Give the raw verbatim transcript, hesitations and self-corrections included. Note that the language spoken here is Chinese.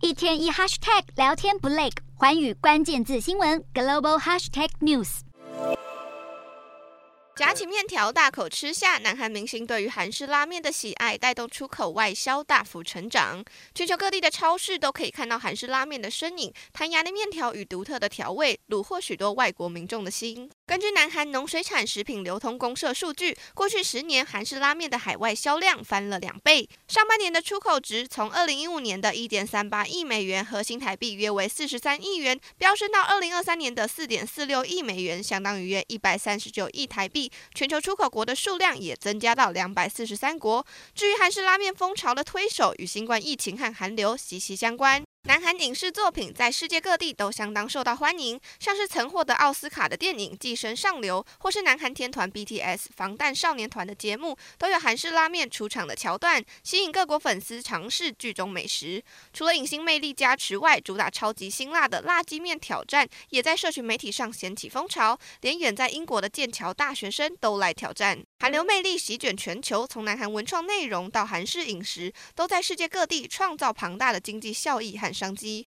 一天一 hashtag 聊天不累，寰宇关键字新闻 global hashtag news。 夹起面条大口吃下，南韩明星对于韩式拉面的喜爱，带动出口外销大幅成长。全球各地的超市都可以看到韩式拉面的身影，弹牙的面条与独特的调味，虏获许多外国民众的心。根据南韩农水产食品流通公社数据，过去十年韩式拉面的海外销量翻了两倍。上半年的出口值从二零一五年的 一点三八亿美元，合新台币约为四十三亿元，飙升到二零二三年的 四点四六亿美元，相当于约一百三十九亿台币。全球出口国的数量也增加到两百四十三国。至于韩式拉面风潮的推手，与新冠疫情和韩流息息相关。南韩影视作品在世界各地都相当受到欢迎，像是曾获得奥斯卡的电影《寄生上流》，或是南韩天团 B T S 防弹少年团的节目，都有韩式拉面出场的桥段，吸引各国粉丝尝试剧中美食。除了影星魅力加持外，主打超级辛辣的辣鸡面挑战，也在社群媒体上掀起风潮，连远在英国的剑桥大学生都来挑战。韩流魅力席卷全球，从南韩文创内容到韩式饮食，都在世界各地创造庞大的经济效益和商机。